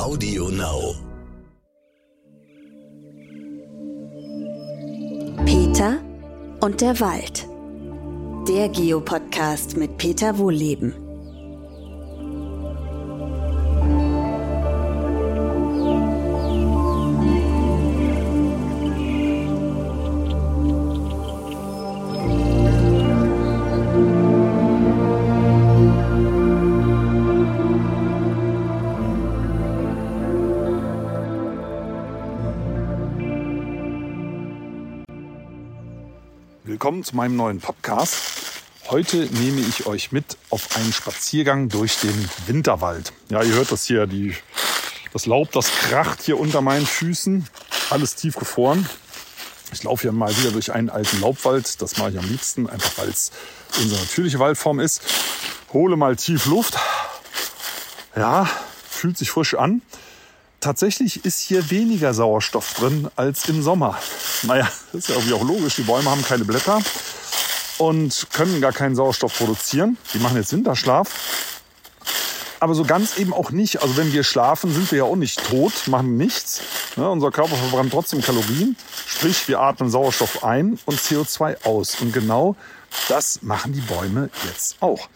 Audio Now. Peter und der Wald. Der Geopodcast mit Peter Wohlleben. Willkommen zu meinem neuen Podcast. Heute nehme ich euch mit auf einen Spaziergang durch den Winterwald. Ja, ihr hört das hier, das Laub, das kracht hier unter meinen Füßen. Alles tief gefroren. Ich laufe hier mal wieder durch einen alten Laubwald. Das mache ich am liebsten, einfach weil es unsere natürliche Waldform ist. Hole mal tief Luft. Ja, fühlt sich frisch an. Tatsächlich ist hier weniger Sauerstoff drin als im Sommer. Naja, das ist ja irgendwie auch logisch. Die Bäume haben keine Blätter und können gar keinen Sauerstoff produzieren. Die machen jetzt Winterschlaf. Aber so ganz eben auch nicht. Also wenn wir schlafen, sind wir ja auch nicht tot, machen nichts. Ja, unser Körper verbrennt trotzdem Kalorien. Sprich, wir atmen Sauerstoff ein und CO2 aus. Und genau das machen die Bäume jetzt auch.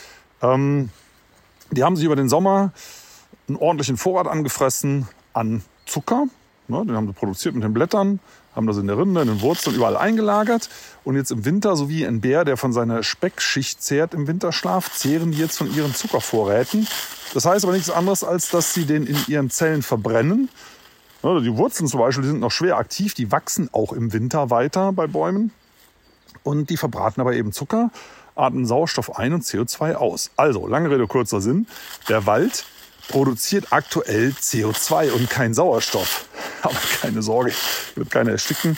Die haben sich über den Sommer einen ordentlichen Vorrat angefressen an Zucker. Ja, den haben sie produziert mit den Blättern, haben das in der Rinde, in den Wurzeln, überall eingelagert. Und jetzt im Winter, so wie ein Bär, der von seiner Speckschicht zehrt im Winterschlaf, zehren die jetzt von ihren Zuckervorräten. Das heißt aber nichts anderes, als dass sie den in ihren Zellen verbrennen. Ja, die Wurzeln zum Beispiel, die sind noch schwer aktiv, die wachsen auch im Winter weiter bei Bäumen. Und die verbraten aber eben Zucker, atmen Sauerstoff ein und CO2 aus. Also, lange Rede, kurzer Sinn, der Wald produziert aktuell CO2 und kein Sauerstoff. Aber keine Sorge, wird keiner ersticken.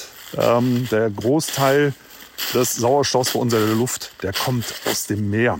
Der Großteil des Sauerstoffs bei uns in der Luft, der kommt aus dem Meer,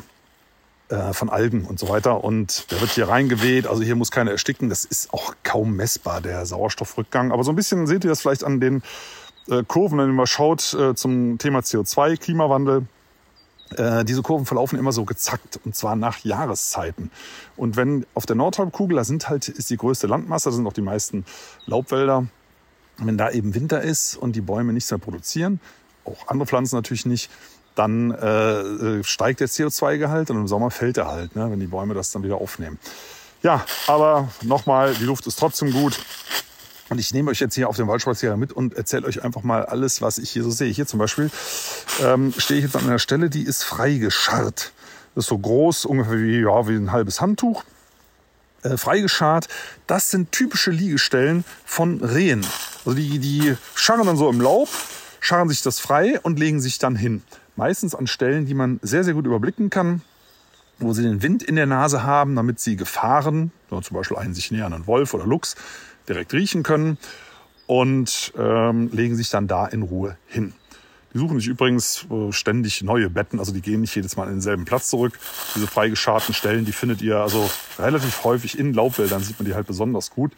von Algen und so weiter. Und der wird hier reingeweht, also hier muss keiner ersticken. Das ist auch kaum messbar, der Sauerstoffrückgang. Aber so ein bisschen seht ihr das vielleicht an den Kurven, wenn ihr mal schaut zum Thema CO2, Klimawandel. Diese Kurven verlaufen immer so gezackt, und zwar nach Jahreszeiten. Und wenn auf der Nordhalbkugel, ist die größte Landmasse, da sind auch die meisten Laubwälder, wenn da eben Winter ist und die Bäume nichts mehr produzieren, auch andere Pflanzen natürlich nicht, dann steigt der CO2-Gehalt und im Sommer fällt er halt, ne, wenn die Bäume das dann wieder aufnehmen. Ja, aber nochmal, die Luft ist trotzdem gut. Und ich nehme euch jetzt hier auf den Waldspaziergang mit und erzähle euch einfach mal alles, was ich hier so sehe. Hier zum Beispiel stehe ich jetzt an einer Stelle, die ist freigescharrt. Das ist so groß, ungefähr wie ein halbes Handtuch. Freigescharrt. Das sind typische Liegestellen von Rehen. Also die scharren dann so im Laub, scharren sich das frei und legen sich dann hin. Meistens an Stellen, die man sehr, sehr gut überblicken kann, wo sie den Wind in der Nase haben, damit sie Gefahren, zum Beispiel einen sich nähernden Wolf oder Luchs, direkt riechen können und legen sich dann da in Ruhe hin. Die suchen sich übrigens ständig neue Betten, also die gehen nicht jedes Mal in denselben Platz zurück. Diese freigescharrten Stellen, die findet ihr also relativ häufig in Laubwäldern, sieht man die halt besonders gut.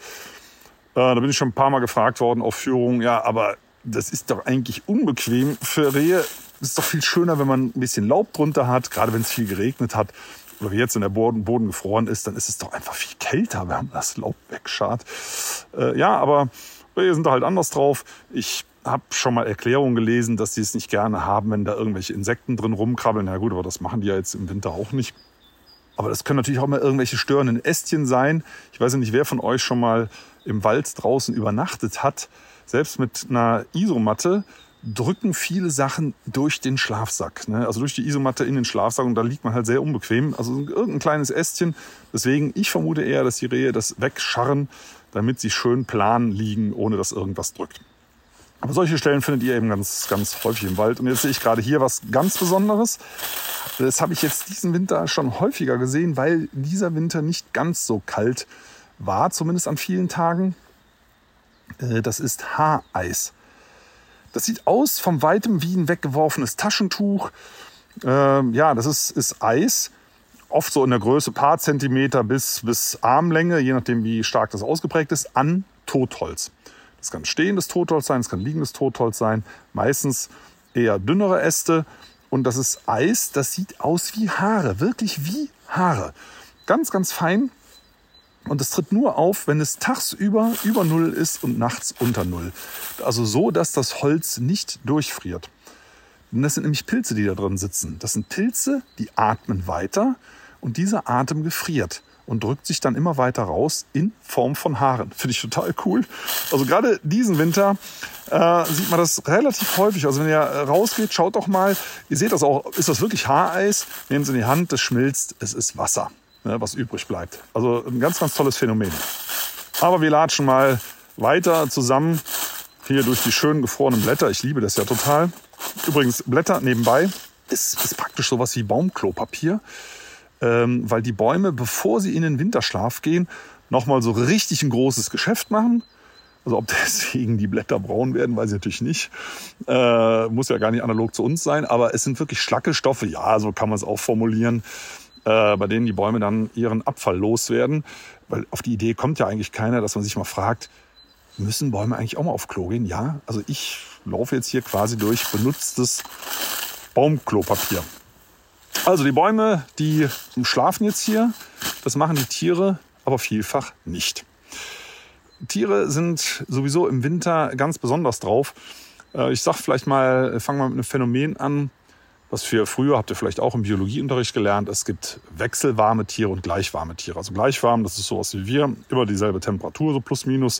Da bin ich schon ein paar Mal gefragt worden auf Führungen, ja, aber das ist doch eigentlich unbequem für Rehe. Es ist doch viel schöner, wenn man ein bisschen Laub drunter hat, gerade wenn es viel geregnet hat. Oder wie jetzt, wenn der Boden gefroren ist, dann ist es doch einfach viel kälter, wenn man das Laub wegscharrt. Ja, aber Rehe sind da halt anders drauf. Ich habe schon mal Erklärungen gelesen, dass sie es nicht gerne haben, wenn da irgendwelche Insekten drin rumkrabbeln. Na gut, aber das machen die ja jetzt im Winter auch nicht. Aber das können natürlich auch mal irgendwelche störenden Ästchen sein. Ich weiß ja nicht, wer von euch schon mal im Wald draußen übernachtet hat. Selbst mit einer Isomatte drücken viele Sachen durch den Schlafsack, ne? Also durch die Isomatte in den Schlafsack, und da liegt man halt sehr unbequem. Also irgendein kleines Ästchen. Deswegen, ich vermute eher, dass die Rehe das wegscharren, damit sie schön plan liegen, ohne dass irgendwas drückt. Aber solche Stellen findet ihr eben ganz, ganz häufig im Wald. Und jetzt sehe ich gerade hier was ganz Besonderes. Das habe ich jetzt diesen Winter schon häufiger gesehen, weil dieser Winter nicht ganz so kalt war, zumindest an vielen Tagen. Das ist Haareis. Das sieht aus von Weitem wie ein weggeworfenes Taschentuch. Das ist Eis, oft so in der Größe paar Zentimeter bis Armlänge, je nachdem wie stark das ausgeprägt ist, an Totholz. Das kann stehendes Totholz sein, das kann liegendes Totholz sein, meistens eher dünnere Äste. Und das ist Eis, das sieht aus wie Haare, wirklich wie Haare. Ganz, ganz fein. Und es tritt nur auf, wenn es tagsüber über Null ist und nachts unter Null. Also so, dass das Holz nicht durchfriert. Und das sind nämlich Pilze, die da drin sitzen. Das sind Pilze, die atmen weiter und dieser Atem gefriert und drückt sich dann immer weiter raus in Form von Haaren. Finde ich total cool. Also gerade diesen Winter sieht man das relativ häufig. Also wenn ihr rausgeht, schaut doch mal. Ihr seht das auch. Ist das wirklich Haareis? Nehmt es in die Hand, das schmilzt. Es ist Wasser, was übrig bleibt. Also ein ganz, ganz tolles Phänomen. Aber wir latschen mal weiter zusammen hier durch die schönen gefrorenen Blätter. Ich liebe das ja total. Übrigens, Blätter nebenbei ist praktisch sowas wie Baumklopapier. Weil die Bäume, bevor sie in den Winterschlaf gehen, nochmal so richtig ein großes Geschäft machen. Also ob deswegen die Blätter braun werden, weiß ich natürlich nicht. Muss ja gar nicht analog zu uns sein. Aber es sind wirklich schlacke Stoffe, ja, so kann man es auch formulieren, bei denen die Bäume dann ihren Abfall loswerden. Weil auf die Idee kommt ja eigentlich keiner, dass man sich mal fragt, müssen Bäume eigentlich auch mal auf Klo gehen? Ja, also ich laufe jetzt hier quasi durch benutztes Baumklopapier. Also die Bäume, die schlafen jetzt hier. Das machen die Tiere aber vielfach nicht. Tiere sind sowieso im Winter ganz besonders drauf. Ich sag vielleicht mal, fangen wir mit einem Phänomen an, was wir früher, habt ihr vielleicht auch im Biologieunterricht gelernt, es gibt wechselwarme Tiere und gleichwarme Tiere. Also gleichwarm, das ist sowas wie wir, immer dieselbe Temperatur, so plus minus.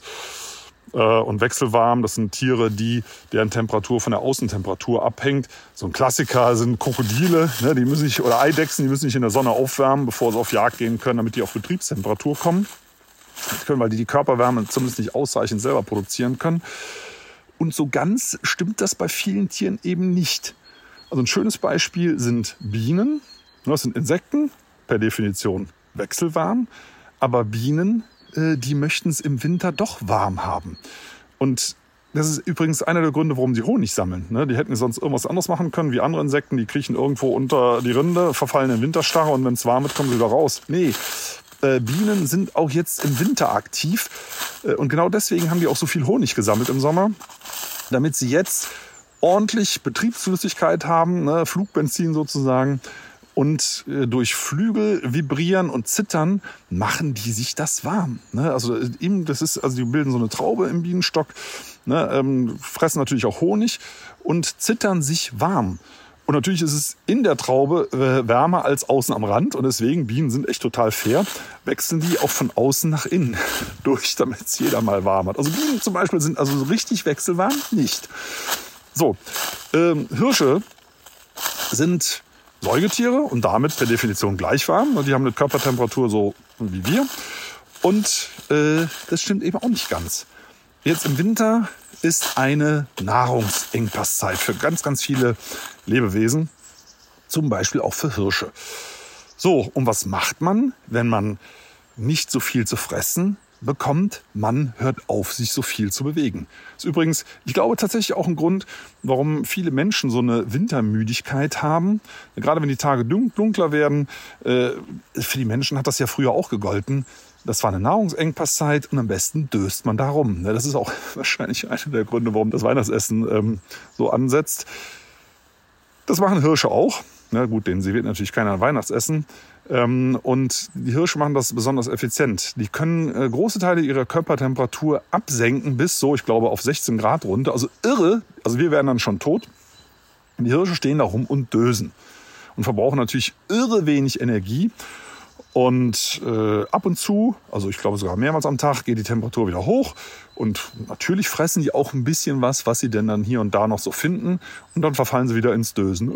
Und wechselwarm, das sind Tiere, deren Temperatur von der Außentemperatur abhängt. So ein Klassiker sind Krokodile, ne, die müssen nicht, oder Eidechsen, die müssen nicht in der Sonne aufwärmen, bevor sie auf Jagd gehen können, damit die auf Betriebstemperatur kommen. Weil die Körperwärme zumindest nicht ausreichend selber produzieren können. Und so ganz stimmt das bei vielen Tieren eben nicht. Also ein schönes Beispiel sind Bienen. Das sind Insekten, per Definition wechselwarm. Aber Bienen, die möchten es im Winter doch warm haben. Und das ist übrigens einer der Gründe, warum sie Honig sammeln. Die hätten sonst irgendwas anderes machen können, wie andere Insekten. Die kriechen irgendwo unter die Rinde, verfallen in Winterstarre und wenn es warm wird, kommen sie wieder raus. Nee, Bienen sind auch jetzt im Winter aktiv. Und genau deswegen haben die auch so viel Honig gesammelt im Sommer, damit sie jetzt ordentlich Betriebsflüssigkeit haben, Flugbenzin sozusagen. Und durch Flügel vibrieren und zittern machen die sich das warm. Also die bilden so eine Traube im Bienenstock, fressen natürlich auch Honig und zittern sich warm. Und natürlich ist es in der Traube wärmer als außen am Rand. Und deswegen, Bienen sind echt total fair, wechseln die auch von außen nach innen durch, damit es jeder mal warm hat. Also Bienen zum Beispiel sind also so richtig wechselwarm nicht. So, Hirsche sind Säugetiere und damit per Definition gleichwarm. Die haben eine Körpertemperatur so wie wir. Und das stimmt eben auch nicht ganz. Jetzt im Winter ist eine Nahrungsengpasszeit für ganz, ganz viele Lebewesen. Zum Beispiel auch für Hirsche. So, und was macht man, wenn man nicht so viel zu fressen bekommt? Man hört auf, sich so viel zu bewegen. Das ist übrigens, ich glaube, tatsächlich auch ein Grund, warum viele Menschen so eine Wintermüdigkeit haben. Gerade wenn die Tage dunkler werden. Für die Menschen hat das ja früher auch gegolten. Das war eine Nahrungsengpasszeit und am besten döst man da rum. Das ist auch wahrscheinlich einer der Gründe, warum das Weihnachtsessen so ansetzt. Das machen Hirsche auch. Na gut, denen serviert natürlich keiner Weihnachtsessen. Und die Hirsche machen das besonders effizient. Die können große Teile ihrer Körpertemperatur absenken bis so, ich glaube, auf 16 Grad runter. Also irre. Also wir wären dann schon tot. Und die Hirsche stehen da rum und dösen. Und verbrauchen natürlich irre wenig Energie. Und ab und zu, also ich glaube sogar mehrmals am Tag, geht die Temperatur wieder hoch. Und natürlich fressen die auch ein bisschen was sie denn dann hier und da noch so finden. Und dann verfallen sie wieder ins Dösen.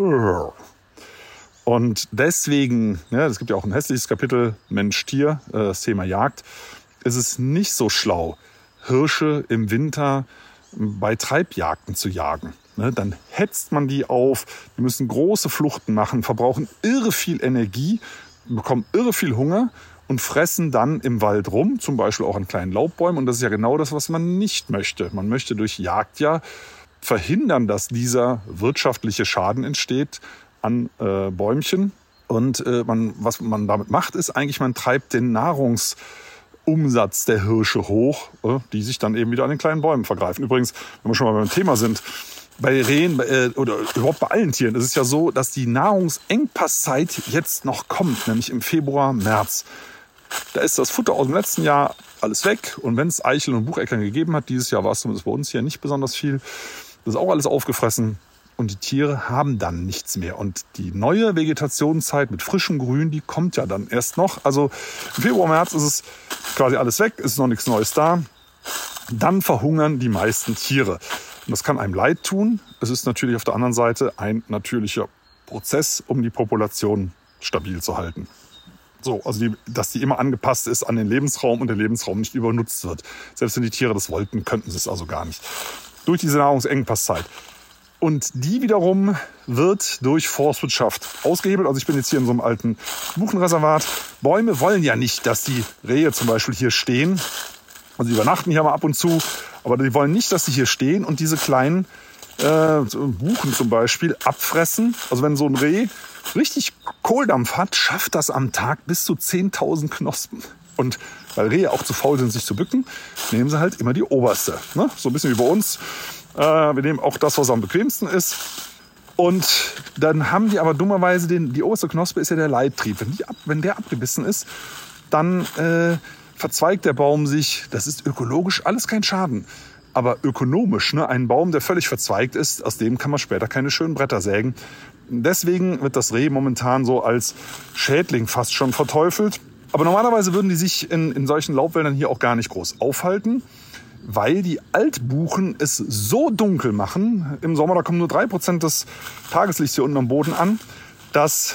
Und deswegen, es gibt ja auch ein hässliches Kapitel Mensch-Tier, das Thema Jagd, ist es nicht so schlau, Hirsche im Winter bei Treibjagden zu jagen. Dann hetzt man die auf, die müssen große Fluchten machen, verbrauchen irre viel Energie, bekommen irre viel Hunger und fressen dann im Wald rum, zum Beispiel auch an kleinen Laubbäumen. Und das ist ja genau das, was man nicht möchte. Man möchte durch Jagd ja verhindern, dass dieser wirtschaftliche Schaden entsteht an Bäumchen. Und was man damit macht, ist eigentlich, man treibt den Nahrungsumsatz der Hirsche hoch, die sich dann eben wieder an den kleinen Bäumen vergreifen. Übrigens, wenn wir schon mal beim Thema sind, bei Rehen oder überhaupt bei allen Tieren ist es ja so, dass die Nahrungsengpasszeit jetzt noch kommt, nämlich im Februar, März. Da ist das Futter aus dem letzten Jahr alles weg. Und wenn es Eicheln und Bucheckern gegeben hat, dieses Jahr war es zumindest bei uns hier nicht besonders viel, das ist auch alles aufgefressen. Und die Tiere haben dann nichts mehr. Und die neue Vegetationszeit mit frischem Grün, die kommt ja dann erst noch. Also im Februar, März ist es quasi alles weg, ist noch nichts Neues da. Dann verhungern die meisten Tiere. Und das kann einem leid tun. Es ist natürlich auf der anderen Seite ein natürlicher Prozess, um die Population stabil zu halten. So, also dass die immer angepasst ist an den Lebensraum und der Lebensraum nicht übernutzt wird. Selbst wenn die Tiere das wollten, könnten sie es also gar nicht. Durch diese Nahrungsengpasszeit. Und die wiederum wird durch Forstwirtschaft ausgehebelt. Also ich bin jetzt hier in so einem alten Buchenreservat. Bäume wollen ja nicht, dass die Rehe zum Beispiel hier stehen. Also die übernachten hier mal ab und zu. Aber die wollen nicht, dass sie hier stehen und diese kleinen Buchen zum Beispiel abfressen. Also wenn so ein Reh richtig Kohldampf hat, schafft das am Tag bis zu 10.000 Knospen. Und weil Rehe auch zu faul sind, sich zu bücken, nehmen sie halt immer die oberste. Ne? So ein bisschen wie bei uns. Wir nehmen auch das, was am bequemsten ist. Und dann haben die aber dummerweise die oberste Knospe ist ja der Leittrieb. Wenn der abgebissen ist, dann verzweigt der Baum sich. Das ist ökologisch alles kein Schaden. Aber ökonomisch, ne, ein Baum, der völlig verzweigt ist, aus dem kann man später keine schönen Bretter sägen. Deswegen wird das Reh momentan so als Schädling fast schon verteufelt. Aber normalerweise würden die sich in solchen Laubwäldern hier auch gar nicht groß aufhalten, weil die Altbuchen es so dunkel machen. Im Sommer, da kommen nur 3% des Tageslichts hier unten am Boden an, dass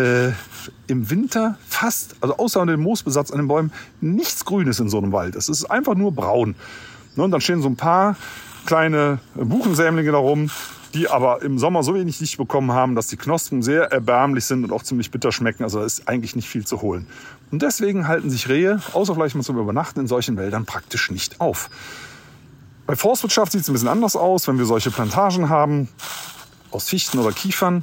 im Winter fast, also außer dem Moosbesatz an den Bäumen, nichts Grün ist in so einem Wald. Es ist einfach nur braun. Und dann stehen so ein paar kleine Buchensämlinge da rum, die aber im Sommer so wenig Licht bekommen haben, dass die Knospen sehr erbärmlich sind und auch ziemlich bitter schmecken. Also da ist eigentlich nicht viel zu holen. Und deswegen halten sich Rehe, außer vielleicht mal zum Übernachten, in solchen Wäldern praktisch nicht auf. Bei Forstwirtschaft sieht es ein bisschen anders aus, wenn wir solche Plantagen haben, aus Fichten oder Kiefern.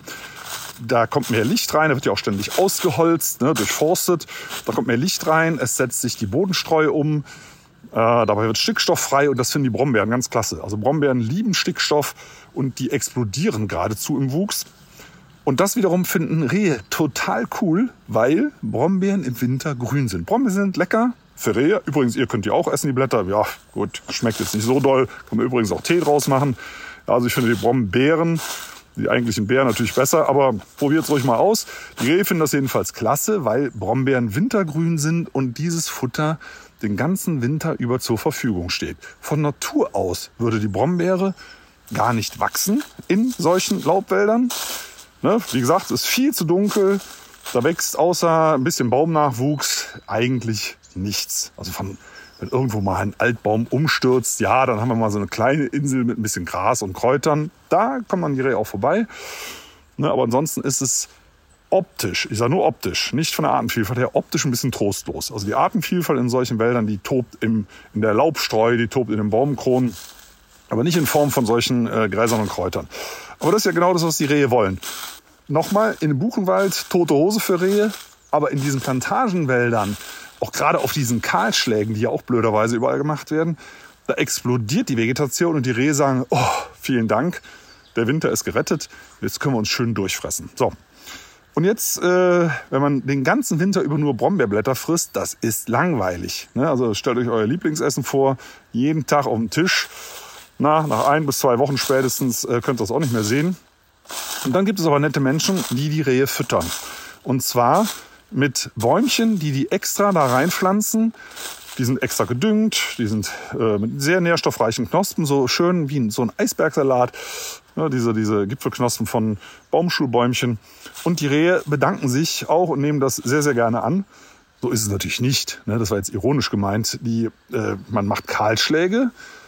Da kommt mehr Licht rein, da wird ja auch ständig ausgeholzt, ne, durchforstet. Da kommt mehr Licht rein, es setzt sich die Bodenstreu um. Dabei wird Stickstoff frei und das finden die Brombeeren ganz klasse. Also Brombeeren lieben Stickstoff und die explodieren geradezu im Wuchs. Und das wiederum finden Rehe total cool, weil Brombeeren im Winter grün sind. Brombeeren sind lecker für Rehe. Übrigens, ihr könnt die auch essen, die Blätter. Ja, gut, schmeckt jetzt nicht so doll. Kann man übrigens auch Tee draus machen. Also ich finde die Brombeeren, die eigentlichen Beeren natürlich besser, aber probiert es ruhig mal aus. Die Rehe finden das jedenfalls klasse, weil Brombeeren wintergrün sind und dieses Futter den ganzen Winter über zur Verfügung steht. Von Natur aus würde die Brombeere gar nicht wachsen in solchen Laubwäldern. Ne? Wie gesagt, es ist viel zu dunkel. Da wächst außer ein bisschen Baumnachwuchs eigentlich nichts. Also wenn irgendwo mal ein Altbaum umstürzt, ja, dann haben wir mal so eine kleine Insel mit ein bisschen Gras und Kräutern. Da kommen dann die Rehe auch vorbei. Ne? Aber ansonsten ist es optisch, ich sage nur optisch, nicht von der Artenvielfalt her, optisch ein bisschen trostlos. Also die Artenvielfalt in solchen Wäldern, die tobt in der Laubstreu, die tobt in den Baumkronen, aber nicht in Form von solchen Gräsern und Kräutern. Aber das ist ja genau das, was die Rehe wollen. Nochmal, in dem Buchenwald tote Hose für Rehe, aber in diesen Plantagenwäldern, auch gerade auf diesen Kahlschlägen, die ja auch blöderweise überall gemacht werden, da explodiert die Vegetation und die Rehe sagen, oh, vielen Dank, der Winter ist gerettet, jetzt können wir uns schön durchfressen. So. Und jetzt, wenn man den ganzen Winter über nur Brombeerblätter frisst, das ist langweilig. Ne? Also stellt euch euer Lieblingsessen vor, jeden Tag auf dem Tisch. Nach 1 bis 2 Wochen spätestens könnt ihr das auch nicht mehr sehen. Und dann gibt es aber nette Menschen, die Rehe füttern. Und zwar mit Bäumchen, die extra da reinpflanzen. Die sind extra gedüngt, die sind mit sehr nährstoffreichen Knospen, so schön wie so ein Eisbergsalat. Ja, diese Gipfelknospen von Baumschulbäumchen. Und die Rehe bedanken sich auch und nehmen das sehr, sehr gerne an. So ist es natürlich nicht. Ne? Das war jetzt ironisch gemeint. Man macht Kahlschläge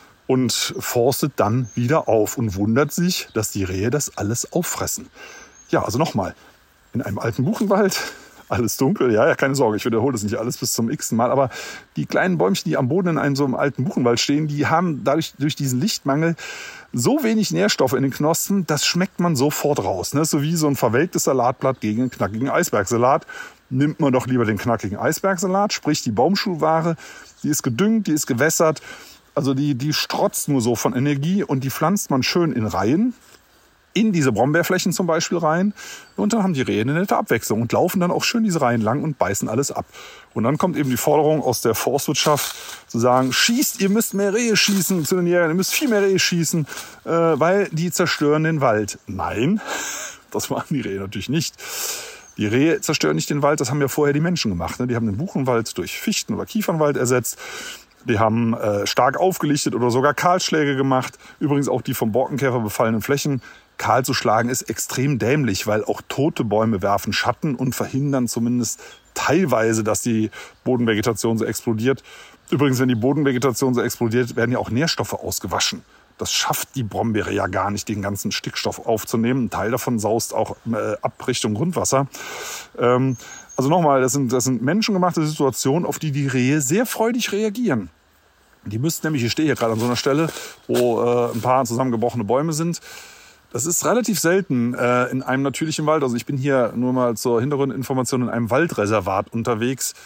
und forstet dann wieder auf und wundert sich, dass die Rehe das alles auffressen. Ja, also nochmal, in einem alten Buchenwald, alles dunkel, ja, keine Sorge, ich wiederhole das nicht alles bis zum x-ten Mal, aber die kleinen Bäumchen, die am Boden in einem so einem alten Buchenwald stehen, die haben durch diesen Lichtmangel so wenig Nährstoffe in den Knospen, das schmeckt man sofort raus. Ne? So wie so ein verwelktes Salatblatt gegen einen knackigen Eisbergsalat. Nimmt man doch lieber den knackigen Eisbergsalat, sprich die Baumschulware, die ist gedüngt, die ist gewässert, also die strotzt nur so von Energie und die pflanzt man schön in Reihen. in diese Brombeerflächen zum Beispiel rein. Und dann haben die Rehe eine nette Abwechslung und laufen dann auch schön diese Reihen lang und beißen alles ab. Und dann kommt eben die Forderung aus der Forstwirtschaft zu sagen, schießt, ihr müsst mehr Rehe schießen zu den Jägern, ihr müsst viel mehr Rehe schießen, weil die zerstören den Wald. Nein, das machen die Rehe natürlich nicht. Die Rehe zerstören nicht den Wald, das haben ja vorher die Menschen gemacht. Die haben den Buchenwald durch Fichten- oder Kiefernwald ersetzt. Die haben stark aufgelichtet oder sogar Kahlschläge gemacht. Übrigens auch die vom Borkenkäfer befallenen Flächen. Kahl zu schlagen ist extrem dämlich, weil auch tote Bäume werfen Schatten und verhindern zumindest teilweise, dass die Bodenvegetation so explodiert. Übrigens, wenn die Bodenvegetation so explodiert, werden ja auch Nährstoffe ausgewaschen. Das schafft die Brombeere ja gar nicht, den ganzen Stickstoff aufzunehmen. Ein Teil davon saust auch ab Richtung Grundwasser. Also nochmal, das sind menschengemachte Situationen, auf die die Rehe sehr freudig reagieren. Die müssten nämlich, ich stehe hier gerade an so einer Stelle, wo ein paar zusammengebrochene Bäume sind. Das ist relativ selten in einem natürlichen Wald. Also ich bin hier nur mal zur Hintergrundinformation in einem Waldreservat unterwegs,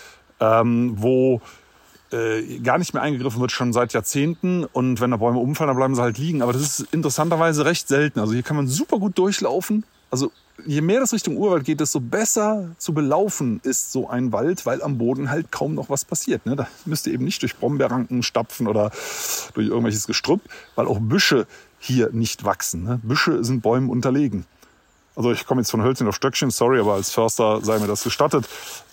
wo gar nicht mehr eingegriffen wird, schon seit Jahrzehnten. Und wenn da Bäume umfallen, dann bleiben sie halt liegen. Aber das ist interessanterweise recht selten. Also hier kann man super gut durchlaufen. Also je mehr das Richtung Urwald geht, desto besser zu belaufen ist so ein Wald, weil am Boden halt kaum noch was passiert. Da müsst ihr eben nicht durch Brombeerranken stapfen oder durch irgendwelches Gestrüpp, weil auch Büsche hier nicht wachsen. Büsche sind Bäumen unterlegen. Also ich komme jetzt von Hölzchen auf Stöckchen, sorry, aber als Förster sei mir das gestattet.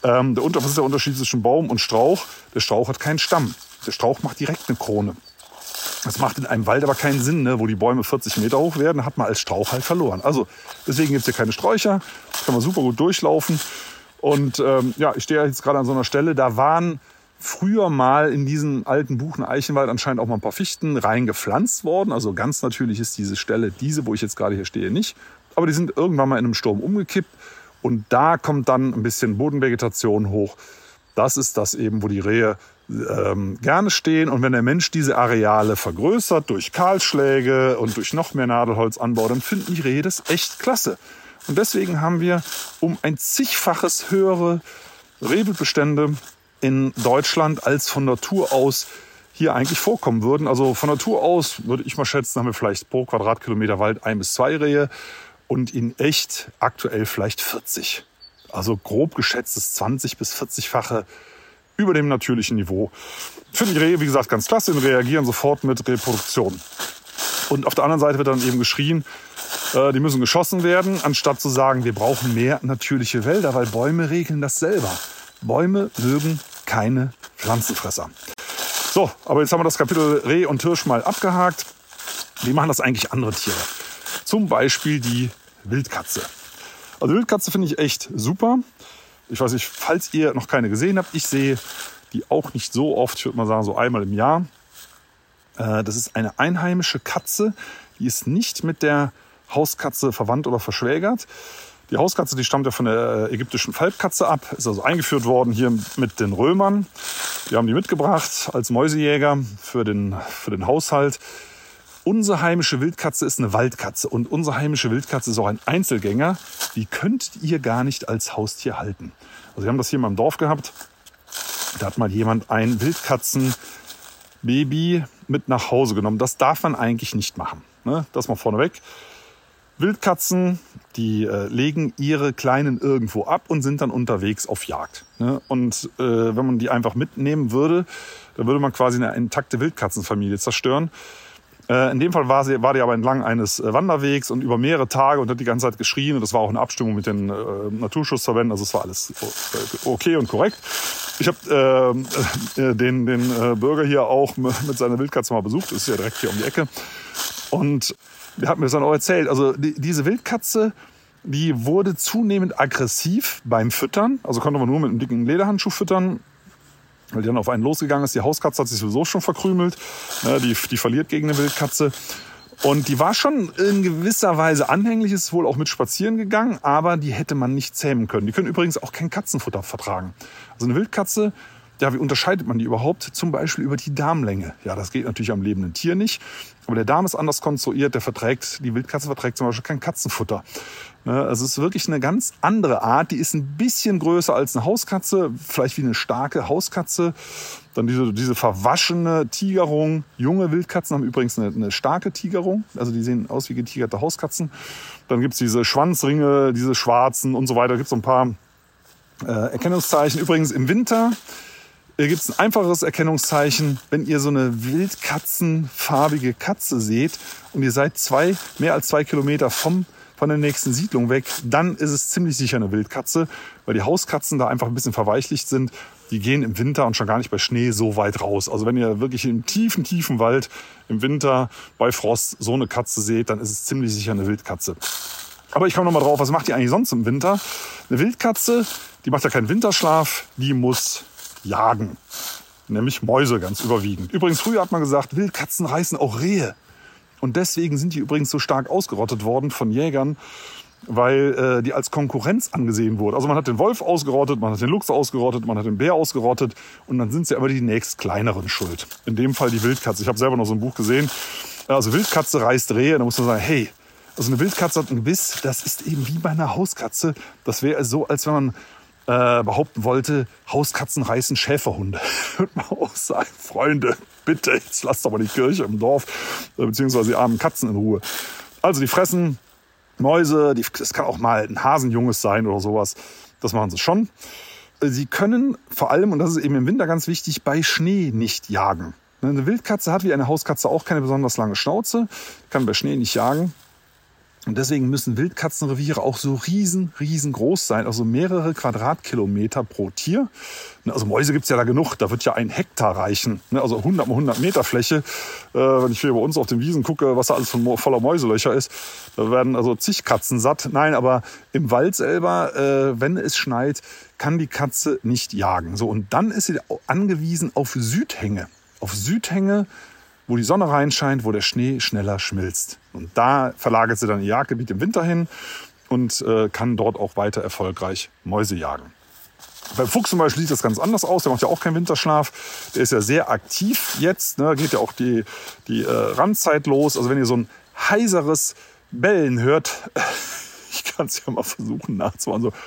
Was ist der Unterschied zwischen Baum und Strauch? Der Strauch hat keinen Stamm. Der Strauch macht direkt eine Krone. Das macht in einem Wald aber keinen Sinn, wo die Bäume 40 Meter hoch werden, hat man als Strauch halt verloren. Also deswegen gibt es hier keine Sträucher, kann man super gut durchlaufen. Und ich stehe jetzt gerade an so einer Stelle, da waren früher mal in diesen alten Buchen-Eichenwald anscheinend auch mal ein paar Fichten reingepflanzt worden. Also ganz natürlich ist diese Stelle, wo ich jetzt gerade hier stehe, nicht. Aber die sind irgendwann mal in einem Sturm umgekippt und da kommt dann ein bisschen Bodenvegetation hoch. Das ist das eben, wo die Rehe gerne stehen. Und wenn der Mensch diese Areale vergrößert durch Kahlschläge und durch noch mehr Nadelholzanbau, dann finden die Rehe das echt klasse. Und deswegen haben wir um ein zigfaches höhere Rehwildbestände in Deutschland, als von Natur aus hier eigentlich vorkommen würden. Also von Natur aus würde ich mal schätzen, haben wir vielleicht pro Quadratkilometer Wald 1 bis 2 Rehe und in echt aktuell vielleicht 40. Also grob geschätztes 20 bis 40-fache über dem natürlichen Niveau. Finde ich Rehe, wie gesagt, ganz klasse und reagieren sofort mit Reproduktion. Und auf der anderen Seite wird dann eben geschrien, die müssen geschossen werden, anstatt zu sagen, wir brauchen mehr natürliche Wälder, weil Bäume regeln das selber. Bäume mögen keine Pflanzenfresser. So, aber jetzt haben wir das Kapitel Reh und Hirsch mal abgehakt. Wie machen das eigentlich andere Tiere? Zum Beispiel die Wildkatze. Also Wildkatze finde ich echt super. Ich weiß nicht, falls ihr noch keine gesehen habt, ich sehe die auch nicht so oft, ich würde mal sagen so einmal im Jahr. Das ist eine einheimische Katze, die ist nicht mit der Hauskatze verwandt oder verschwägert. Die Hauskatze, die stammt ja von der ägyptischen Falbkatze ab, ist also eingeführt worden hier mit den Römern. Die haben die mitgebracht als Mäusejäger für den Haushalt. Unsere heimische Wildkatze ist eine Waldkatze und unsere heimische Wildkatze ist auch ein Einzelgänger. Die könnt ihr gar nicht als Haustier halten. Also wir haben das hier mal im Dorf gehabt. Da hat mal jemand ein Wildkatzenbaby mit nach Hause genommen. Das darf man eigentlich nicht machen. Das mal vorneweg. Wildkatzen, die legen ihre Kleinen irgendwo ab und sind dann unterwegs auf Jagd. Und wenn man die einfach mitnehmen würde, dann würde man quasi eine intakte Wildkatzenfamilie zerstören. In dem Fall war die aber entlang eines Wanderwegs und über mehrere Tage und hat die ganze Zeit geschrien. Und das war auch eine Abstimmung mit den Naturschutzverbänden. Also es war alles okay und korrekt. Ich habe den Bürger hier auch mit seiner Wildkatze mal besucht. Das ist ja direkt hier um die Ecke. Und der hat mir das dann auch erzählt. Also diese Wildkatze, die wurde zunehmend aggressiv beim Füttern. Also konnte man nur mit einem dicken Lederhandschuh füttern, weil die dann auf einen losgegangen ist. Die Hauskatze hat sich sowieso schon verkrümelt. Die verliert gegen eine Wildkatze. Und die war schon in gewisser Weise anhänglich, ist wohl auch mit spazieren gegangen, aber die hätte man nicht zähmen können. Die können übrigens auch kein Katzenfutter vertragen. Also eine Wildkatze, Ja, wie unterscheidet man die überhaupt? Zum Beispiel über die Darmlänge. Ja, das geht natürlich am lebenden Tier nicht. Aber der Darm ist anders konstruiert. Die Wildkatze verträgt zum Beispiel kein Katzenfutter. Also es ist wirklich eine ganz andere Art. Die ist ein bisschen größer als eine Hauskatze. Vielleicht wie eine starke Hauskatze. Dann diese verwaschene Tigerung. Junge Wildkatzen haben übrigens eine starke Tigerung. Also die sehen aus wie getigerte Hauskatzen. Dann gibt's diese Schwanzringe, diese schwarzen und so weiter. Da gibt's so ein paar Erkennungszeichen. Übrigens im Winter gibt es ein einfaches Erkennungszeichen, wenn ihr so eine wildkatzenfarbige Katze seht und ihr seid mehr als 2 Kilometer von der nächsten Siedlung weg, dann ist es ziemlich sicher eine Wildkatze, weil die Hauskatzen da einfach ein bisschen verweichlicht sind. Die gehen im Winter und schon gar nicht bei Schnee so weit raus. Also wenn ihr wirklich im tiefen Wald im Winter bei Frost so eine Katze seht, dann ist es ziemlich sicher eine Wildkatze. Aber ich komme noch mal drauf, was macht die eigentlich sonst im Winter? Eine Wildkatze, die macht ja keinen Winterschlaf, die muss jagen. Nämlich Mäuse ganz überwiegend. Übrigens, früher hat man gesagt, Wildkatzen reißen auch Rehe. Und deswegen sind die übrigens so stark ausgerottet worden von Jägern, weil die als Konkurrenz angesehen wurde. Also man hat den Wolf ausgerottet, man hat den Luchs ausgerottet, man hat den Bär ausgerottet und dann sind sie aber die nächst kleineren schuld. In dem Fall die Wildkatze. Ich habe selber noch so ein Buch gesehen. Also Wildkatze reißt Rehe. Da muss man sagen, hey, also eine Wildkatze hat ein Gebiss. Das ist eben wie bei einer Hauskatze. Das wäre so, als wenn man behaupten wollte, Hauskatzen reißen Schäferhunde. Würde man auch sagen, Freunde, bitte, jetzt lasst doch mal die Kirche im Dorf, beziehungsweise die armen Katzen in Ruhe. Also die fressen Mäuse, das kann auch mal ein Hasenjunges sein oder sowas. Das machen sie schon. Sie können vor allem, und das ist eben im Winter ganz wichtig, bei Schnee nicht jagen. Eine Wildkatze hat wie eine Hauskatze auch keine besonders lange Schnauze, kann bei Schnee nicht jagen. Und deswegen müssen Wildkatzenreviere auch so riesengroß sein, also mehrere Quadratkilometer pro Tier. Also Mäuse gibt's ja da genug, da wird ja 1 Hektar reichen. Also 100 mal 100 Meter Fläche. Wenn ich hier bei uns auf den Wiesen gucke, was da alles voller Mäuselöcher ist, da werden also zig Katzen satt. Nein, aber im Wald selber, wenn es schneit, kann die Katze nicht jagen. So, und dann ist sie angewiesen auf Südhänge. Auf Südhänge, wo die Sonne reinscheint, wo der Schnee schneller schmilzt. Und da verlagert sie dann ihr Jagdgebiet im Winter hin und kann dort auch weiter erfolgreich Mäuse jagen. Beim Fuchs zum Beispiel sieht das ganz anders aus. Der macht ja auch keinen Winterschlaf. Der ist ja sehr aktiv jetzt. Ne? Geht ja auch die Randzeit los. Also wenn ihr so ein heiseres Bellen hört, ich kann es ja mal versuchen nachzumachen, so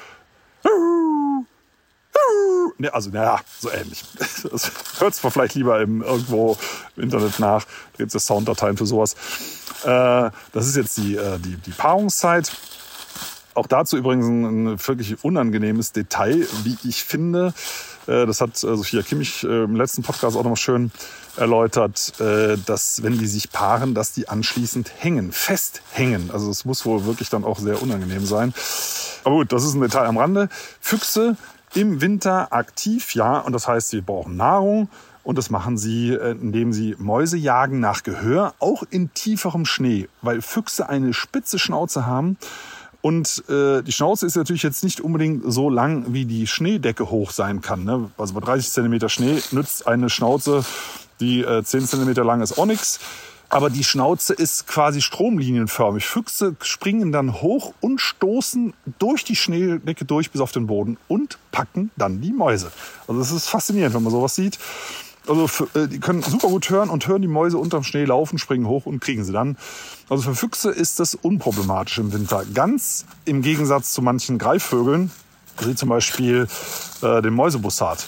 also, so ähnlich. Das hört es vielleicht lieber irgendwo im Internet nach. Da gibt es ja Sounddateien für sowas. Das ist jetzt die Paarungszeit. Auch dazu übrigens ein wirklich unangenehmes Detail, wie ich finde. Das hat Sophia Kimmich im letzten Podcast auch noch mal schön erläutert, dass wenn die sich paaren, dass die anschließend festhängen. Also es muss wohl wirklich dann auch sehr unangenehm sein. Aber gut, das ist ein Detail am Rande. Füchse im Winter aktiv, ja, und das heißt, sie brauchen Nahrung und das machen sie, indem sie Mäuse jagen nach Gehör, auch in tieferem Schnee, weil Füchse eine spitze Schnauze haben und die Schnauze ist natürlich jetzt nicht unbedingt so lang, wie die Schneedecke hoch sein kann. Ne? Also bei 30 Zentimeter Schnee nützt eine Schnauze, die 10 Zentimeter lang ist, auch nichts. Aber die Schnauze ist quasi stromlinienförmig. Füchse springen dann hoch und stoßen durch die Schneedecke durch bis auf den Boden und packen dann die Mäuse. Also das ist faszinierend, wenn man sowas sieht. Also die können super gut hören und hören die Mäuse unterm Schnee laufen, springen hoch und kriegen sie dann. Also für Füchse ist das unproblematisch im Winter. Ganz im Gegensatz zu manchen Greifvögeln, wie zum Beispiel dem Mäusebussard.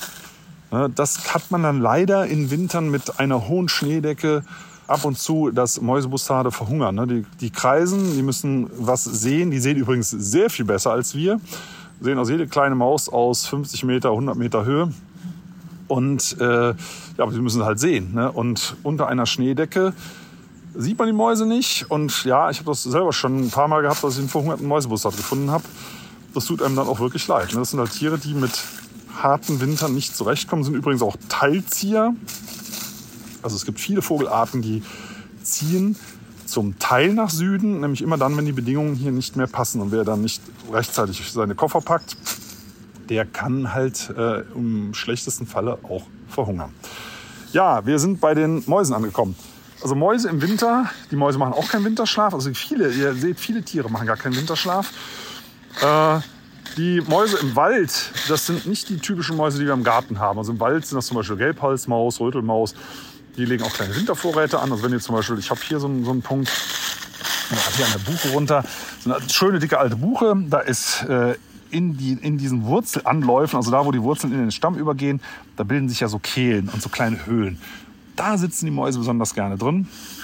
Das hat man dann leider in Wintern mit einer hohen Schneedecke ab und zu, dass Mäusebussarde verhungern. Die kreisen, die müssen was sehen. Die sehen übrigens sehr viel besser als wir. Sehen also jede kleine Maus aus 50 Meter, 100 Meter Höhe. Und aber sie müssen halt sehen. Ne? Und unter einer Schneedecke sieht man die Mäuse nicht. Und ja, ich habe das selber schon ein paar Mal gehabt, dass ich einen verhungerten Mäusebussard gefunden habe. Das tut einem dann auch wirklich leid. Ne? Das sind halt Tiere, die mit harten Wintern nicht zurechtkommen. Sind übrigens auch Teilzieher. Also es gibt viele Vogelarten, die ziehen zum Teil nach Süden, nämlich immer dann, wenn die Bedingungen hier nicht mehr passen. Und wer dann nicht rechtzeitig seine Koffer packt, der kann halt im schlechtesten Falle auch verhungern. Ja, wir sind bei den Mäusen angekommen. Also Mäuse im Winter, die Mäuse machen auch keinen Winterschlaf. Also ihr seht, viele Tiere machen gar keinen Winterschlaf. Die Mäuse im Wald, das sind nicht die typischen Mäuse, die wir im Garten haben. Also im Wald sind das zum Beispiel Gelbhalsmaus, Rötelmaus. Die legen auch kleine Wintervorräte an. Also wenn ihr zum Beispiel, ich habe hier so einen Punkt, hier an der Buche runter, so eine schöne dicke alte Buche. Da ist in diesen Wurzelanläufen, also da, wo die Wurzeln in den Stamm übergehen, da bilden sich ja so Kehlen und so kleine Höhlen. Da sitzen die Mäuse besonders gerne drin.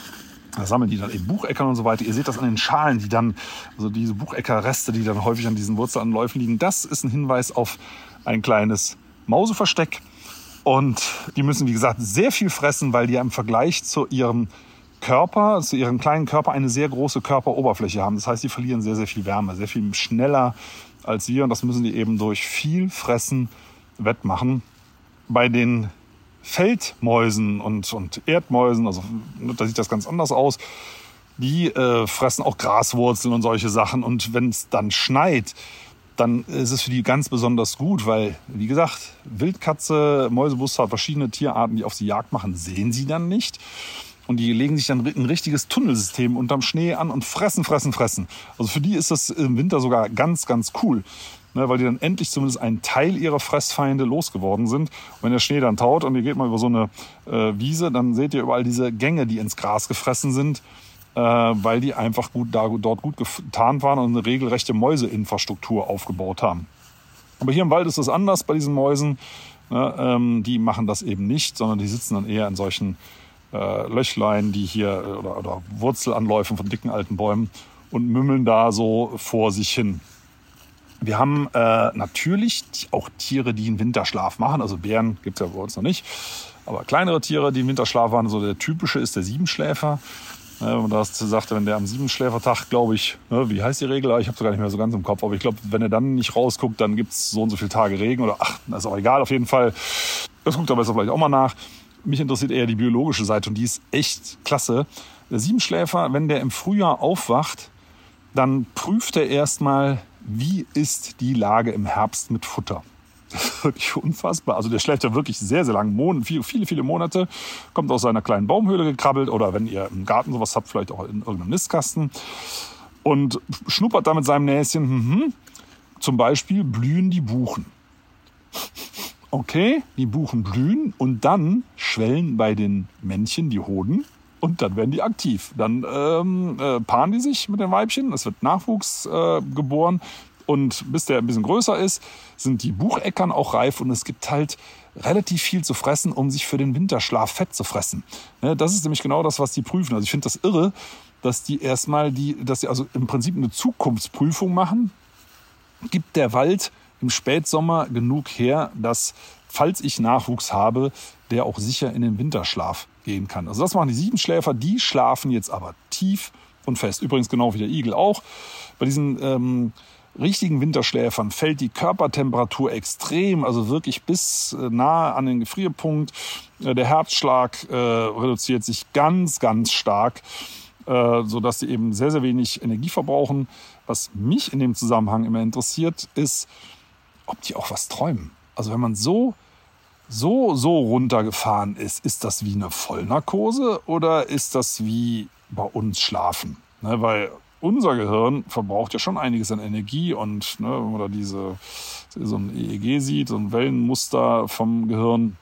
Da sammeln die dann eben Bucheckern und so weiter. Ihr seht das an den Schalen, die dann, also diese Bucheckerreste, die dann häufig an diesen Wurzelanläufen liegen. Das ist ein Hinweis auf ein kleines Mauseversteck. Und die müssen, wie gesagt, sehr viel fressen, weil die ja im Vergleich zu ihrem Körper, zu ihrem kleinen Körper eine sehr große Körperoberfläche haben. Das heißt, die verlieren sehr, sehr viel Wärme, sehr viel schneller als wir. Und das müssen die eben durch viel Fressen wettmachen. Bei den Feldmäusen und Erdmäusen, also da sieht das ganz anders aus. Die fressen auch Graswurzeln und solche Sachen. Und wenn es dann schneit, dann ist es für die ganz besonders gut, weil, wie gesagt, Wildkatze, Mäusebussard, verschiedene Tierarten, die auf sie Jagd machen, sehen sie dann nicht. Und die legen sich dann ein richtiges Tunnelsystem unterm Schnee an und fressen. Also für die ist das im Winter sogar ganz, ganz cool. Ne, weil die dann endlich zumindest einen Teil ihrer Fressfeinde losgeworden sind. Und wenn der Schnee dann taut und ihr geht mal über so eine Wiese, dann seht ihr überall diese Gänge, die ins Gras gefressen sind, weil die einfach dort gut getarnt waren und eine regelrechte Mäuseinfrastruktur aufgebaut haben. Aber hier im Wald ist es anders bei diesen Mäusen. Ne, die machen das eben nicht, sondern die sitzen dann eher in solchen Löchlein, die hier oder Wurzelanläufen von dicken alten Bäumen und mümmeln da so vor sich hin. Wir haben natürlich auch Tiere, die einen Winterschlaf machen. Also Bären gibt es ja bei uns noch nicht. Aber kleinere Tiere, die einen Winterschlaf machen. So der typische ist der Siebenschläfer. Wenn man das sagte, wenn der am Siebenschläfertag, glaube ich, wie heißt die Regel? Ich habe es gar nicht mehr so ganz im Kopf. Aber ich glaube, wenn er dann nicht rausguckt, dann gibt es so und so viele Tage Regen. Oder das ist auch egal auf jeden Fall. Das guckt aber jetzt vielleicht auch mal nach. Mich interessiert eher die biologische Seite und die ist echt klasse. Der Siebenschläfer, wenn der im Frühjahr aufwacht, dann prüft er erstmal, wie ist die Lage im Herbst mit Futter. Das ist wirklich unfassbar. Also der schläft ja wirklich sehr, sehr lang, viele Monate, kommt aus seiner kleinen Baumhöhle gekrabbelt oder wenn ihr im Garten sowas habt, vielleicht auch in irgendeinem Nistkasten und schnuppert da mit seinem Näschen. Zum Beispiel blühen die Buchen. Okay, die Buchen blühen und dann schwellen bei den Männchen die Hoden. Und dann werden die aktiv. Dann paaren die sich mit den Weibchen. Es wird Nachwuchs geboren. Und bis der ein bisschen größer ist, sind die Bucheckern auch reif. Und es gibt halt relativ viel zu fressen, um sich für den Winterschlaf Fett zu fressen. Das ist nämlich genau das, was die prüfen. Also ich finde das irre, dass die dass sie also im Prinzip eine Zukunftsprüfung machen. Gibt der Wald im Spätsommer genug her, dass, falls ich Nachwuchs habe, der auch sicher in den Winterschlaf gehen kann. Also das machen die Siebenschläfer, die schlafen jetzt aber tief und fest. Übrigens genau wie der Igel auch. Bei diesen richtigen Winterschläfern fällt die Körpertemperatur extrem, also wirklich bis nahe an den Gefrierpunkt. Der Herzschlag reduziert sich ganz, ganz stark, sodass sie eben sehr, sehr wenig Energie verbrauchen. Was mich in dem Zusammenhang immer interessiert, ist, ob die auch was träumen. Also wenn man so runtergefahren ist das wie eine Vollnarkose oder ist das wie bei uns Schlafen? Ne, weil unser Gehirn verbraucht ja schon einiges an Energie und wenn man da so ein EEG sieht, so ein Wellenmuster vom Gehirn,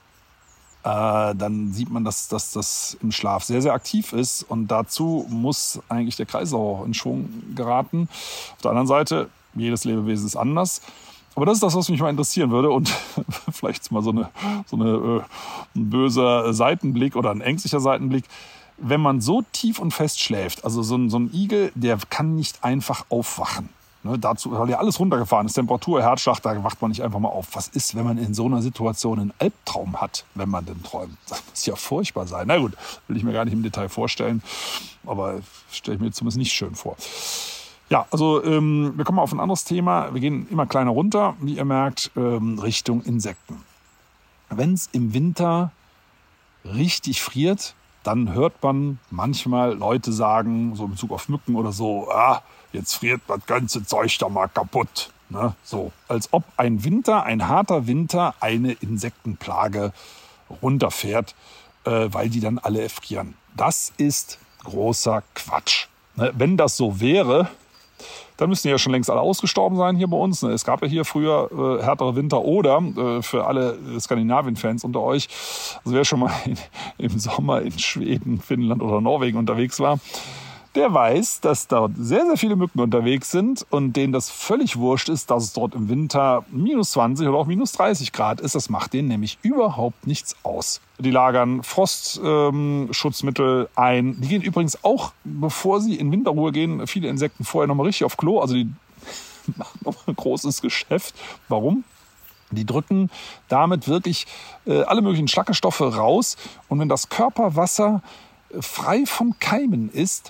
dann sieht man, dass das im Schlaf sehr, sehr aktiv ist und dazu muss eigentlich der Kreislauf auch in Schwung geraten. Auf der anderen Seite, jedes Lebewesen ist anders. Aber das ist das, was mich mal interessieren würde und vielleicht mal so ein böser Seitenblick oder ein ängstlicher Seitenblick. Wenn man so tief und fest schläft, also so ein Igel, der kann nicht einfach aufwachen. Dazu, weil ja alles runtergefahren ist, Temperatur, Herzschlag, da wacht man nicht einfach mal auf. Was ist, wenn man in so einer Situation einen Albtraum hat, wenn man denn träumt? Das muss ja furchtbar sein. Na gut, will ich mir gar nicht im Detail vorstellen, aber stelle ich mir zumindest nicht schön vor. Ja, also wir kommen auf ein anderes Thema. Wir gehen immer kleiner runter, wie ihr merkt, Richtung Insekten. Wenn es im Winter richtig friert, dann hört man manchmal Leute sagen, so in Bezug auf Mücken oder so, jetzt friert das ganze Zeug da mal kaputt. Ne? So, als ob ein harter Winter eine Insektenplage runterfährt, weil die dann alle erfrieren. Das ist großer Quatsch. Ne? Wenn das so wäre, Dann müssten die ja schon längst alle ausgestorben sein hier bei uns. Es gab ja hier früher härtere Winter oder für alle Skandinavien-Fans unter euch, also wer schon mal im Sommer in Schweden, Finnland oder Norwegen unterwegs war, der weiß, dass dort sehr, sehr viele Mücken unterwegs sind und denen das völlig wurscht ist, dass es dort im Winter minus 20 oder auch minus 30 Grad ist. Das macht denen nämlich überhaupt nichts aus. Die lagern Frostschutzmittel ein. Die gehen übrigens auch, bevor sie in Winterruhe gehen, viele Insekten vorher nochmal richtig auf Klo. Also die machen nochmal ein großes Geschäft. Warum? Die drücken damit wirklich alle möglichen Schlackestoffe raus. Und wenn das Körperwasser frei von Keimen ist,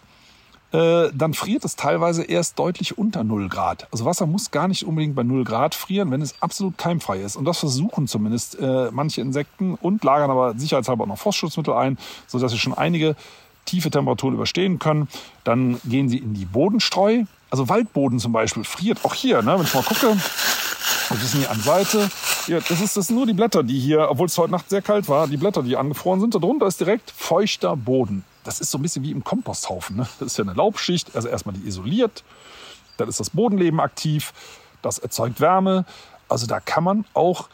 dann friert es teilweise erst deutlich unter 0 Grad. Also Wasser muss gar nicht unbedingt bei 0 Grad frieren, wenn es absolut keimfrei ist. Und das versuchen zumindest manche Insekten und lagern aber sicherheitshalber auch noch Frostschutzmittel ein, sodass sie schon einige tiefe Temperaturen überstehen können. Dann gehen sie in die Bodenstreu. Also Waldboden zum Beispiel friert auch hier, ne, wenn ich mal gucke. Das ist hier an Seite. Ja, das sind nur die Blätter, die hier, obwohl es heute Nacht sehr kalt war, die Blätter, die angefroren sind. Darunter ist direkt feuchter Boden. Das ist so ein bisschen wie im Komposthaufen. Ne? Das ist ja eine Laubschicht, also erstmal die isoliert. Dann ist das Bodenleben aktiv. Das erzeugt Wärme. Also da kann man auch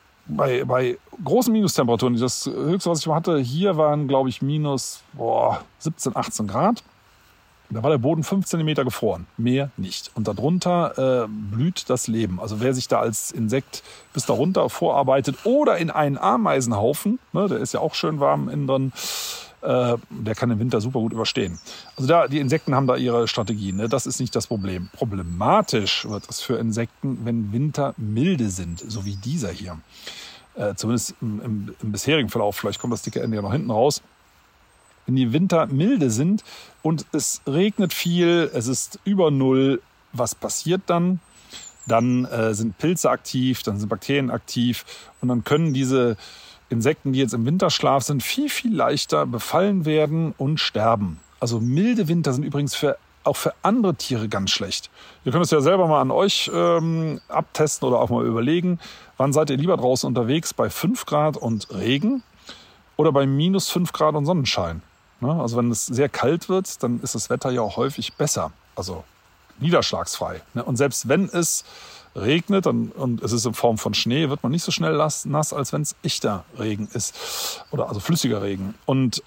bei großen Minustemperaturen, das höchste, was ich mal hatte, hier waren, glaube ich, minus 17, 18 Grad. Da war der Boden 5 cm gefroren, mehr nicht. Und darunter blüht das Leben. Also wer sich da als Insekt bis darunter vorarbeitet oder in einen Ameisenhaufen, ne, der ist ja auch schön warm innen drin, der kann den Winter super gut überstehen. Also die Insekten haben da ihre Strategien, ne? Das ist nicht das Problem. Problematisch wird es für Insekten, wenn Winter milde sind, so wie dieser hier. Zumindest im bisherigen Verlauf, vielleicht kommt das dicke Ende ja noch hinten raus. Wenn die Winter milde sind und es regnet viel, es ist über 0, was passiert dann? Dann sind Pilze aktiv, dann sind Bakterien aktiv und dann können diese Insekten, die jetzt im Winterschlaf sind, viel, viel leichter befallen werden und sterben. Also milde Winter sind übrigens auch für andere Tiere ganz schlecht. Ihr könnt es ja selber mal an euch abtesten oder auch mal überlegen, wann seid ihr lieber draußen unterwegs, bei 5 Grad und Regen oder bei minus 5 Grad und Sonnenschein. Ne? Also wenn es sehr kalt wird, dann ist das Wetter ja auch häufig besser, also niederschlagsfrei. Ne? Und selbst wenn es regnet und es ist in Form von Schnee, wird man nicht so schnell nass, als wenn es echter Regen ist. Oder also flüssiger Regen. Und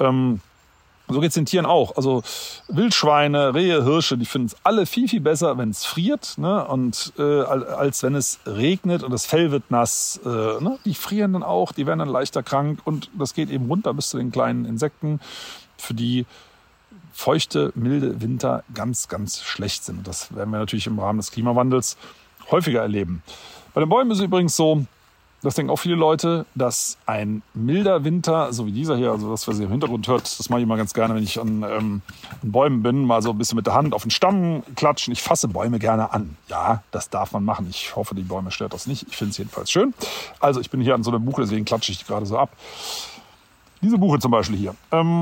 so geht es den Tieren auch. Also Wildschweine, Rehe, Hirsche, die finden es alle viel, viel besser, wenn es friert, ne? Und als wenn es regnet und das Fell wird nass. Ne? Die frieren dann auch, die werden dann leichter krank. Und das geht eben runter bis zu den kleinen Insekten, für die feuchte, milde Winter ganz, ganz schlecht sind. Das werden wir natürlich im Rahmen des Klimawandels häufiger erleben. Bei den Bäumen ist es übrigens so, das denken auch viele Leute, dass ein milder Winter, so wie dieser hier, also das, was ihr im Hintergrund hört, das mache ich immer ganz gerne, wenn ich an Bäumen bin, mal so ein bisschen mit der Hand auf den Stamm klatschen. Ich fasse Bäume gerne an. Ja, das darf man machen. Ich hoffe, die Bäume stört das nicht. Ich finde es jedenfalls schön. Also ich bin hier an so einer Buche, deswegen klatsche ich die gerade so ab. Diese Buche zum Beispiel hier.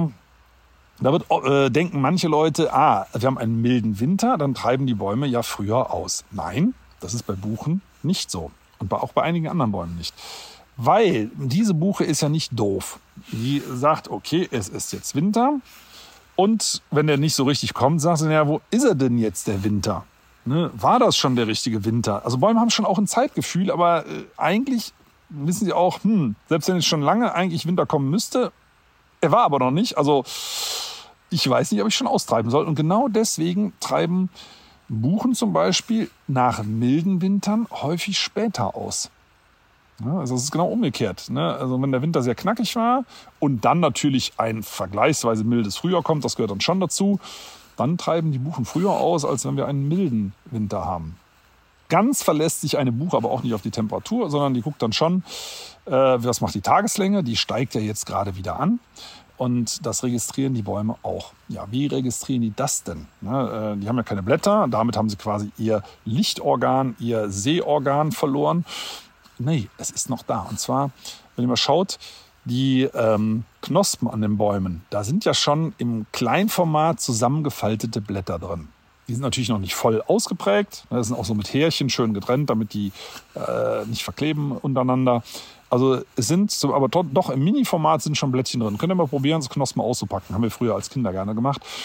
Da denken manche Leute, wir haben einen milden Winter, dann treiben die Bäume ja früher aus. Nein, das ist bei Buchen nicht so. Und auch bei einigen anderen Bäumen nicht. Weil diese Buche ist ja nicht doof. Die sagt, okay, es ist jetzt Winter. Und wenn der nicht so richtig kommt, sagt sie, ja, wo ist er denn jetzt, der Winter? Ne? War das schon der richtige Winter? Also Bäume haben schon auch ein Zeitgefühl, aber eigentlich wissen sie auch, selbst wenn jetzt schon lange eigentlich Winter kommen müsste, er war aber noch nicht. Also ich weiß nicht, ob ich schon austreiben soll. Und genau deswegen treiben Buchen zum Beispiel nach milden Wintern häufig später aus. Ja, also es ist genau umgekehrt. Ne? Also wenn der Winter sehr knackig war und dann natürlich ein vergleichsweise mildes Frühjahr kommt, das gehört dann schon dazu, dann treiben die Buchen früher aus, als wenn wir einen milden Winter haben. Ganz verlässt sich eine Buche aber auch nicht auf die Temperatur, sondern die guckt dann schon, was macht die Tageslänge, die steigt ja jetzt gerade wieder an. Und das registrieren die Bäume auch. Ja, wie registrieren die das denn? Ne, die haben ja keine Blätter, damit haben sie quasi ihr Lichtorgan, ihr Sehorgan verloren. Nee, es ist noch da. Und zwar, wenn ihr mal schaut, die Knospen an den Bäumen, da sind ja schon im Kleinformat zusammengefaltete Blätter drin. Die sind natürlich noch nicht voll ausgeprägt. Das sind auch so mit Härchen schön getrennt, damit die nicht verkleben untereinander. Also es sind, aber doch im Mini-Format sind schon Blättchen drin. Könnt ihr mal probieren, so Knospen auszupacken. Haben wir früher als Kinder gerne gemacht.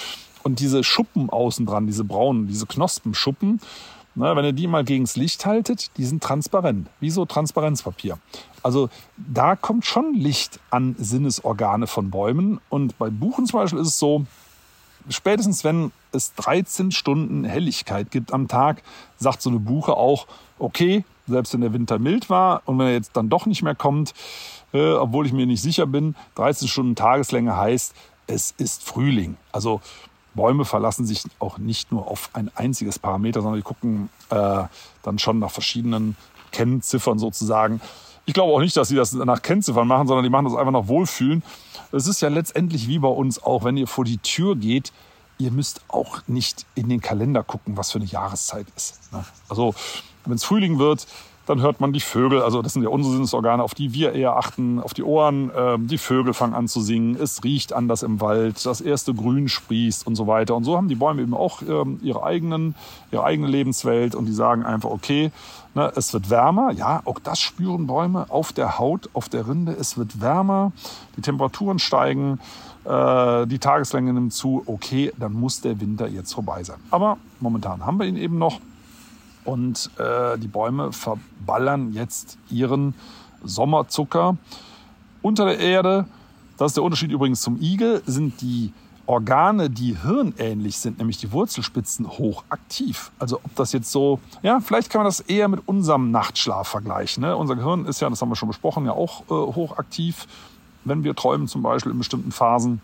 Und diese Schuppen außen dran, diese braunen, diese Knospenschuppen, wenn ihr die mal gegens Licht haltet, die sind transparent, wie so Transparenzpapier. Also da kommt schon Licht an Sinnesorgane von Bäumen. Und bei Buchen zum Beispiel ist es so, spätestens wenn es 13 Stunden Helligkeit gibt am Tag, sagt so eine Buche auch, okay, selbst wenn der Winter mild war und wenn er jetzt dann doch nicht mehr kommt, obwohl ich mir nicht sicher bin, 13 Stunden Tageslänge heißt, es ist Frühling. Also Bäume verlassen sich auch nicht nur auf ein einziges Parameter, sondern die gucken dann schon nach verschiedenen Kennziffern sozusagen. Ich glaube auch nicht, dass sie das nach Kennziffern machen, sondern die machen das einfach nach Wohlfühlen. Es ist ja letztendlich wie bei uns auch, wenn ihr vor die Tür geht, ihr müsst auch nicht in den Kalender gucken, was für eine Jahreszeit ist. Also wenn es Frühling wird, dann hört man die Vögel, also das sind ja unsere Sinnesorgane, auf die wir eher achten, auf die Ohren. Die Vögel fangen an zu singen, es riecht anders im Wald, das erste Grün sprießt und so weiter. Und so haben die Bäume eben auch ihre eigene Lebenswelt und die sagen einfach, okay, es wird wärmer. Ja, auch das spüren Bäume auf der Haut, auf der Rinde. Es wird wärmer, die Temperaturen steigen, die Tageslänge nimmt zu. Okay, dann muss der Winter jetzt vorbei sein. Aber momentan haben wir ihn eben noch. Und die Bäume verballern jetzt ihren Sommerzucker unter der Erde. Das ist der Unterschied übrigens zum Igel, sind die Organe, die hirnähnlich sind, nämlich die Wurzelspitzen, hochaktiv. Also ob das jetzt so, ja, vielleicht kann man das eher mit unserem Nachtschlaf vergleichen. Ne? Unser Gehirn ist ja, das haben wir schon besprochen, ja auch hochaktiv, wenn wir träumen zum Beispiel in bestimmten Phasen.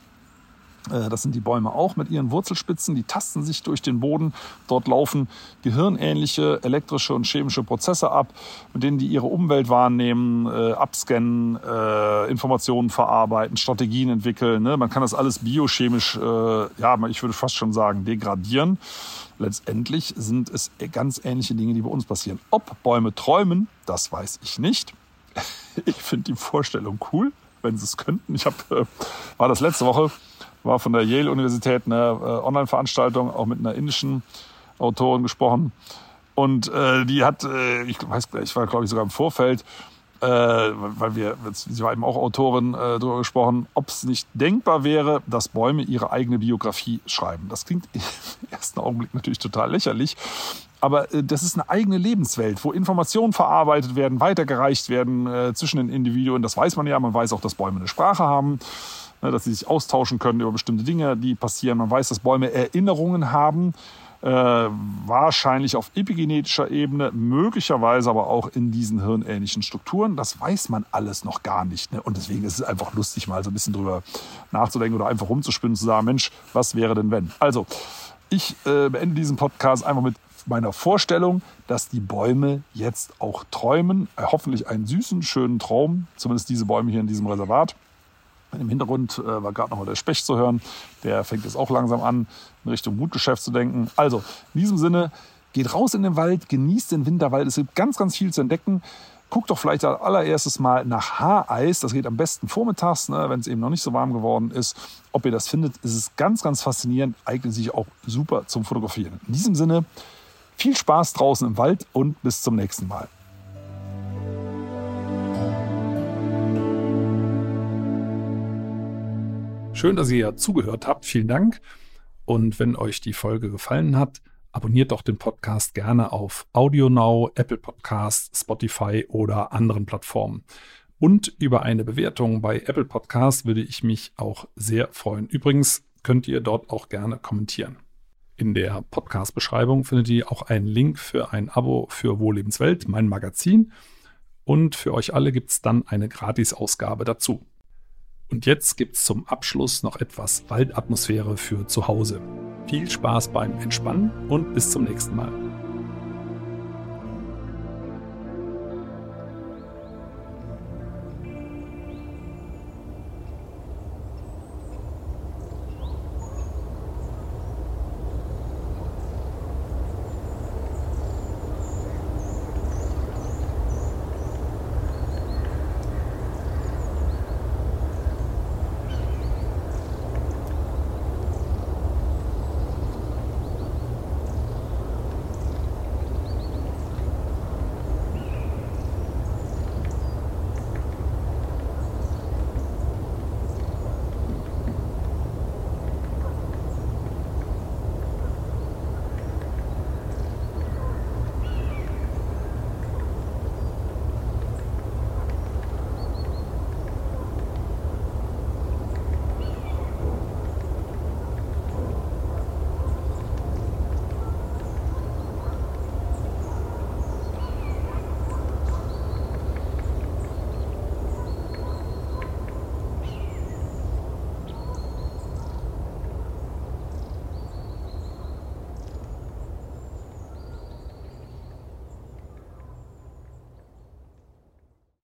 Das sind die Bäume auch mit ihren Wurzelspitzen, die tasten sich durch den Boden. Dort laufen gehirnähnliche elektrische und chemische Prozesse ab, mit denen die ihre Umwelt wahrnehmen, abscannen, Informationen verarbeiten, Strategien entwickeln. Man kann das alles biochemisch, ich würde fast schon sagen, degradieren. Letztendlich sind es ganz ähnliche Dinge, die bei uns passieren. Ob Bäume träumen, das weiß ich nicht. Ich finde die Vorstellung cool, wenn sie es könnten. War das letzte Woche, war von der Yale-Universität eine Online-Veranstaltung, auch mit einer indischen Autorin gesprochen. Und die hat, ich war glaube ich sogar im Vorfeld, sie war eben auch Autorin, darüber gesprochen, ob es nicht denkbar wäre, dass Bäume ihre eigene Biografie schreiben. Das klingt im ersten Augenblick natürlich total lächerlich, aber das ist eine eigene Lebenswelt, wo Informationen verarbeitet werden, weitergereicht werden zwischen den Individuen. Das weiß man ja, man weiß auch, dass Bäume eine Sprache haben, dass sie sich austauschen können über bestimmte Dinge, die passieren. Man weiß, dass Bäume Erinnerungen haben, wahrscheinlich auf epigenetischer Ebene, möglicherweise aber auch in diesen hirnähnlichen Strukturen. Das weiß man alles noch gar nicht. Und deswegen ist es einfach lustig, mal so ein bisschen drüber nachzudenken oder einfach rumzuspinnen und zu sagen, Mensch, was wäre denn wenn? Also, ich beende diesen Podcast einfach mit meiner Vorstellung, dass die Bäume jetzt auch träumen. Hoffentlich einen süßen, schönen Traum, zumindest diese Bäume hier in diesem Reservat. Im Hintergrund war gerade noch mal der Specht zu hören. Der fängt jetzt auch langsam an, in Richtung Brutgeschäft zu denken. Also, in diesem Sinne, geht raus in den Wald, genießt den Winterwald. Es gibt ganz, ganz viel zu entdecken. Guckt doch vielleicht als allererstes mal nach Haareis. Das geht am besten vormittags, wenn es eben noch nicht so warm geworden ist. Ob ihr das findet, ist es ganz, ganz faszinierend. Eignet sich auch super zum Fotografieren. In diesem Sinne, viel Spaß draußen im Wald und bis zum nächsten Mal. Schön, dass ihr zugehört habt. Vielen Dank. Und wenn euch die Folge gefallen hat, abonniert doch den Podcast gerne auf AudioNow, Apple Podcasts, Spotify oder anderen Plattformen. Und über eine Bewertung bei Apple Podcasts würde ich mich auch sehr freuen. Übrigens könnt ihr dort auch gerne kommentieren. In der Podcast-Beschreibung findet ihr auch einen Link für ein Abo für Wohllebenswelt, mein Magazin. Und für euch alle gibt es dann eine Gratis-Ausgabe dazu. Und jetzt gibt es zum Abschluss noch etwas Waldatmosphäre für zu Hause. Viel Spaß beim Entspannen und bis zum nächsten Mal.